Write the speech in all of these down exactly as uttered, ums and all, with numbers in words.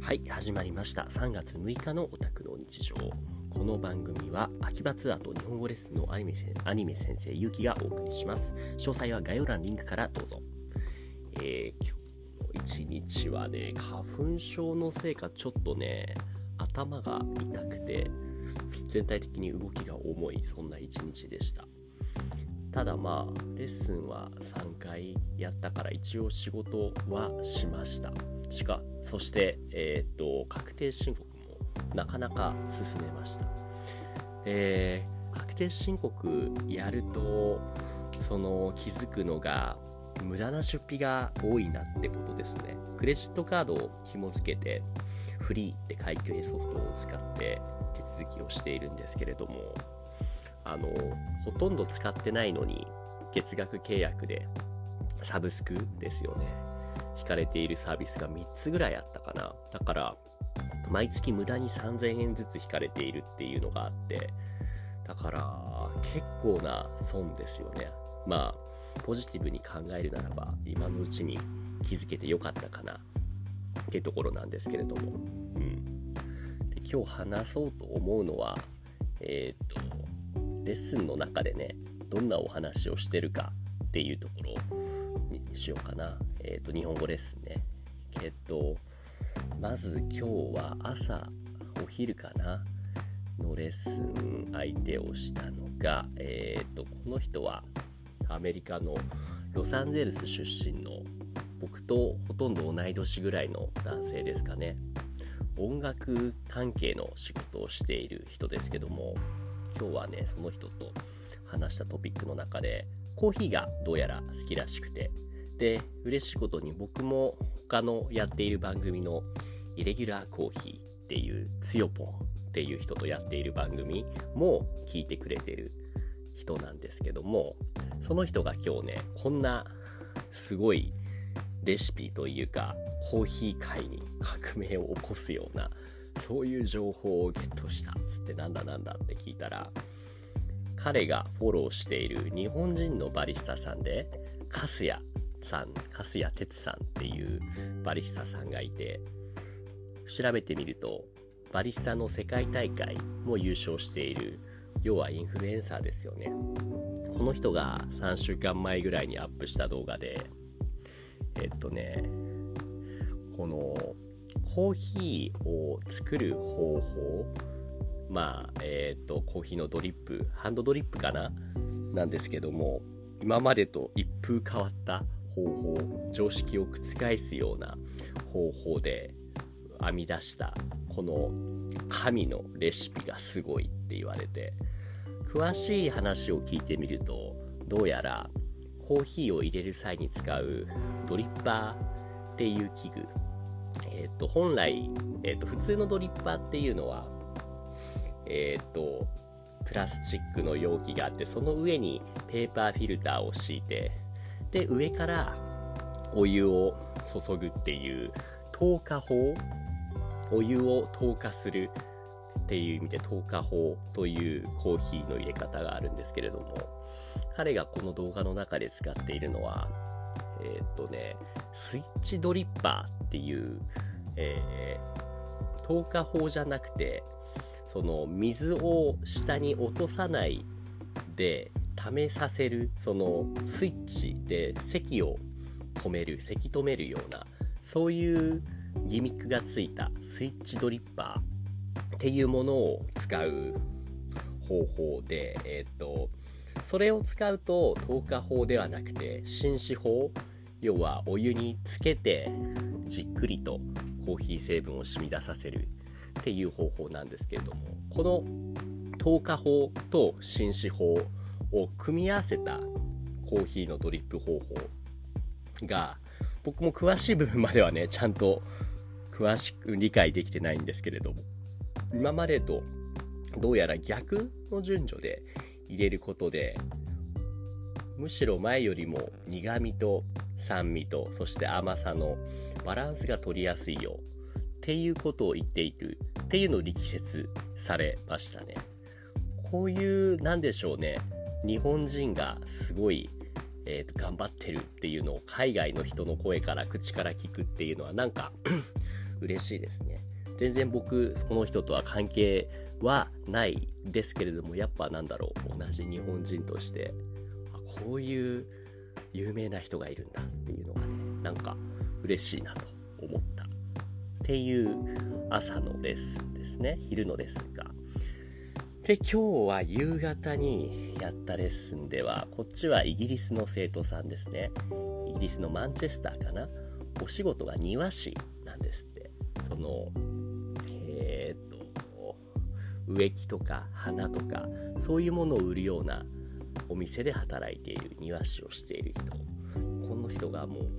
はい、始まりました。さんがつむいかのオタクの日常。この番組は秋葉ツアーと日本語レッスンのアニメせアニメ先生ゆうきがお送りします。詳細は概要欄リンクからどうぞ。えー、今日の一日はね、花粉症のせいかちょっとね、頭が痛くて全体的に動きが重い、そんな一日でした。ただまあレッスンはさんかいやったから一応仕事はしました。しかそしてえっ、と確定申告もなかなか進めました。で、確定申告やるとその気づくのが無駄な出費が多いなってことですね。クレジットカードを紐付けてフリーって会計ソフトを使って手続きをしているんですけれども、あのほとんど使ってないのに月額契約でサブスクですよね、引かれているサービスがみっつぐらいあったかな。だから毎月無駄にさんぜんえんずつ引かれているっていうのがあって、だから結構な損ですよね。まあポジティブに考えるならば今のうちに気づけてよかったかなっていうところなんですけれども、うん、で今日話そうと思うのはえっとレッスンの中でね、どんなお話をしてるかっていうところにしようかな。えっと日本語レッスンね。えっとまず今日は朝お昼かなのレッスン相手をしたのが、えっとこの人はアメリカのロサンゼルス出身の僕とほとんど同い年ぐらいの男性ですかね。音楽関係の仕事をしている人ですけども、今日はねその人と話したトピックの中でコーヒーがどうやら好きらしくて、で嬉しいことに僕も他のやっている番組のイレギュラーコーヒーっていうつよぽんっていう人とやっている番組も聞いてくれてる人なんですけども、その人が今日ねこんなすごいレシピというかコーヒー界に革命を起こすようなそういう情報をゲットしたっつって、なんだなんだって聞いたら、彼がフォローしている日本人のバリスタさんで粕谷さん粕谷哲さんっていうバリスタさんがいて、調べてみるとバリスタの世界大会も優勝している、要はインフルエンサーですよね。この人がさんしゅうかんまえぐらいにアップした動画で、えっとねこのコーヒーを作る方法、まあえっとコーヒーのドリップ、ハンドドリップかななんですけども、今までと一風変わった方法、常識を覆すような方法で編み出したこの神のレシピがすごいって言われて、詳しい話を聞いてみると、どうやらコーヒーを入れる際に使うドリッパーっていう器具、えー、と本来、えー、と普通のドリッパーっていうのは、えー、とプラスチックの容器があって、その上にペーパーフィルターを敷いて、で上からお湯を注ぐっていう透過法、お湯を透過するっていう意味で透過法というコーヒーの入れ方があるんですけれども、彼がこの動画の中で使っているのはえっとねスイッチドリッパーっていう、えー、透過法じゃなくて、その水を下に落とさないで溜めさせる、そのスイッチで咳を止める、咳止めるような、そういうギミックがついたスイッチドリッパーっていうものを使う方法で、えっとそれを使うと透過法ではなくて浸止法、要はお湯につけてじっくりとコーヒー成分を染み出させるっていう方法なんですけれども、この透過法と浸止法を組み合わせたコーヒーのドリップ方法が、僕も詳しい部分まではねちゃんと詳しく理解できてないんですけれども、今までとどうやら逆の順序で入れることで、むしろ前よりも苦味と酸味とそして甘さのバランスが取りやすいよっていうことを言っているっていうのを力説されましたね。こういうなんでしょうね、日本人がすごい、えーと、頑張ってるっていうのを海外の人の声から口から聞くっていうのはなんか嬉しいですね。全然僕この人とは関係はないですけれども、やっぱなんだろう、同じ日本人としてこういう有名な人がいるんだっていうのがね、なんか嬉しいなと思ったっていう朝のレッスンですね。昼のレッスンが。で、今日は夕方にやったレッスンでは、こっちはイギリスの生徒さんですね。イギリスのマンチェスターかな。お仕事が庭師なんですって。そのえー、っと植木とか花とかそういうものを売るようなお店で働いている庭師をしている人。この人がもう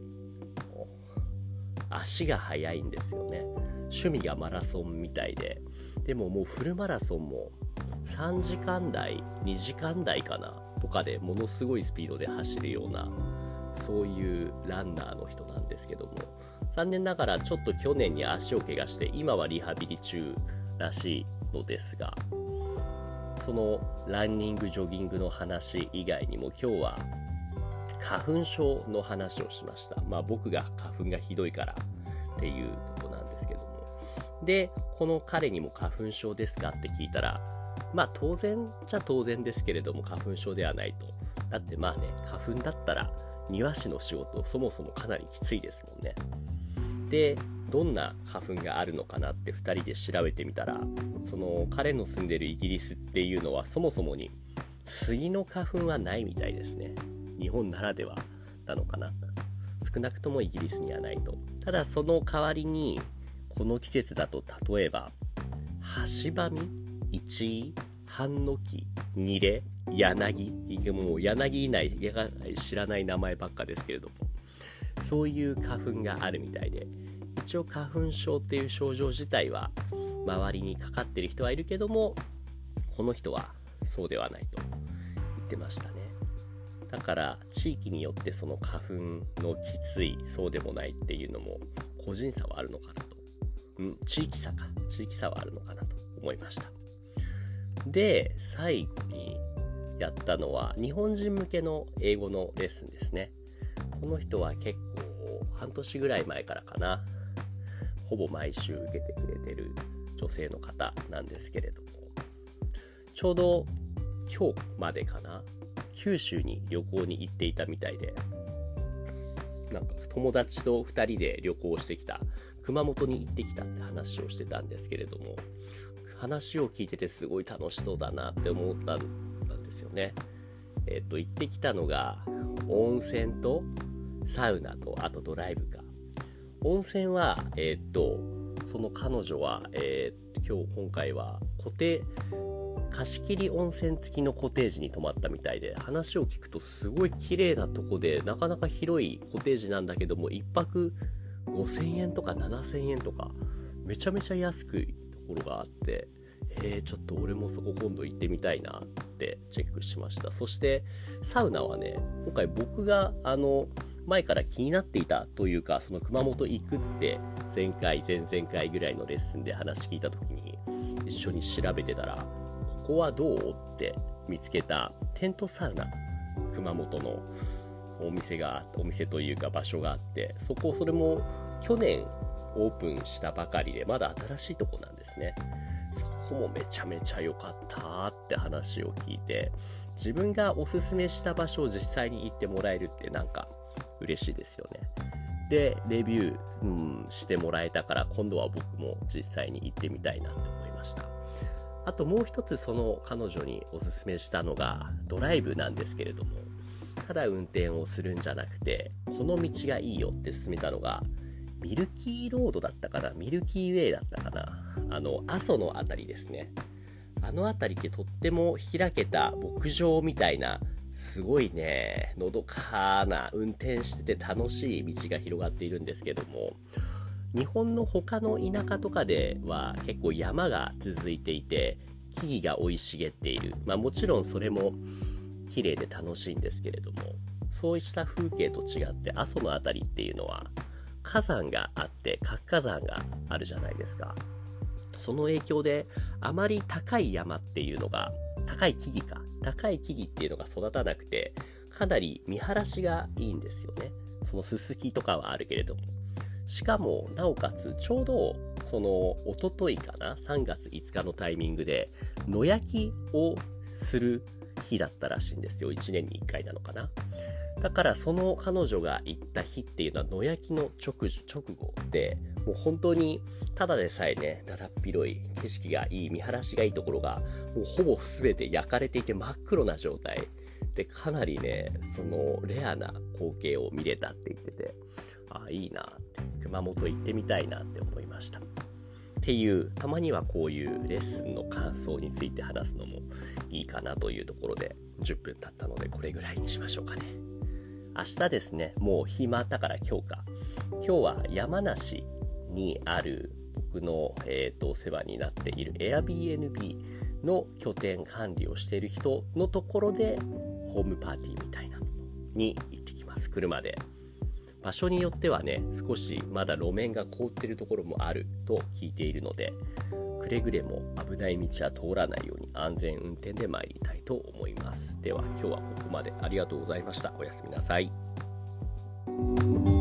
足が速いんですよね。趣味がマラソンみたいで、でももうフルマラソンもさんじかん台にじかん台かなとかでものすごいスピードで走るような、そういうランナーの人なんですけども、残念ながらちょっと去年に足を怪我して今はリハビリ中らしいのですが、そのランニングジョギングの話以外にも今日は花粉症の話をしました。まあ僕が花粉がひどいからっていうとこなんですけども、でこの彼にも花粉症ですかって聞いたら、まあ当然じゃ当然ですけれども花粉症ではないと。だってまあね、花粉だったら庭師の仕事そもそもかなりきついですもんね。でどんな花粉があるのかなってふたりで調べてみたら、その彼の住んでるイギリスっていうのはそもそもに杉の花粉はないみたいですね。日本ならではなのかな。少なくともイギリスにはないと。ただその代わりにこの季節だと、例えばハシバミ、イチイ、ハンノキ、ニレ、ヤナギ、もう柳以内知らない名前ばっかですけれども、そういう花粉があるみたいで、一応花粉症っていう症状自体は周りにかかってる人はいるけども、この人はそうではないと言ってましたね。だから地域によってその花粉のきついそうでもないっていうのも個人差はあるのかなと、うん、地域差か地域差はあるのかなと思いました。で最後にやったのは日本人向けの英語のレッスンですね。この人は結構半年ぐらい前からかな、ほぼ毎週受けてくれてる女性の方なんですけれども、ちょうど今日までかな、九州に旅行に行っていたみたいで、なんか友達とふたりで旅行してきた、熊本に行ってきたって話をしてたんですけれども、話を聞いててすごい楽しそうだなって思ったんですよね。えっと行ってきたのが温泉とサウナとあとドライブか。温泉はえっとその彼女はえー、今日今回は固定貸し切り温泉付きのコテージに泊まったみたいで、話を聞くとすごい綺麗なとこでなかなか広いコテージなんだけども、いっぱくごせんえんとかななせんえんとかめちゃめちゃ安くところがあって、へーちょっと俺もそこ今度行ってみたいなってチェックしました。そしてサウナはね、今回僕があの前から気になっていたというか、その熊本行くって前回前々回ぐらいのレッスンで話聞いた時に一緒に調べてたら、ここはどうって見つけたテントサウナ、熊本のお店がお店というか場所があって、そこそれも去年オープンしたばかりでまだ新しいとこなんですね。そこもめちゃめちゃ良かったって話を聞いて、自分がおすすめした場所を実際に行ってもらえるってなんか嬉しいですよね。でレビュー、うん、してもらえたから、今度は僕も実際に行ってみたいなって思いました。あともう一つその彼女におすすめしたのがドライブなんですけれども、ただ運転をするんじゃなくてこの道がいいよって勧めたのがミルキーロードだったかな、ミルキーウェイだったかな、あの阿蘇のあたりですね。あのあたりってとっても開けた牧場みたいな、すごいねのどかな運転してて楽しい道が広がっているんですけども、日本の他の田舎とかでは結構山が続いていて木々が生い茂っている、まあもちろんそれも綺麗で楽しいんですけれども、そうした風景と違って阿蘇のあたりっていうのは火山があって活火山があるじゃないですか。その影響であまり高い山っていうのが、高い木々か高い木々っていうのが育たなくて、かなり見晴らしがいいんですよね。そのススキとかはあるけれども、 しかもなおかつちょうどその一昨日かな、さんがついつかのタイミングで野焼きをする日だったらしいんですよ。いちねんにいっかいなのかな。だからその彼女が行った日っていうのは野焼きの直直後で、もう本当にただでさえね、だだっ広い景色がいい、見晴らしがいいところがもうほぼ全て焼かれていて真っ黒な状態で、かなりねそのレアな光景を見れたって言ってて、ああいいなって、熊本行ってみたいなって思いました。っていう、たまにはこういうレッスンの感想について話すのもいいかなというところでじゅっぷん経ったので、これぐらいにしましょうかね。明日ですね、もう暇だから今日か。今日は山梨にある僕の、えーと、お世話になっている Airbnb の拠点管理をしている人のところでホームパーティーみたいなのに行ってきます。車で。場所によってはね、少しまだ路面が凍っているところもあると聞いているので、くれぐれも危ない道は通らないように安全運転で参りたいと思います。では今日はここまで。ありがとうございました。おやすみなさい。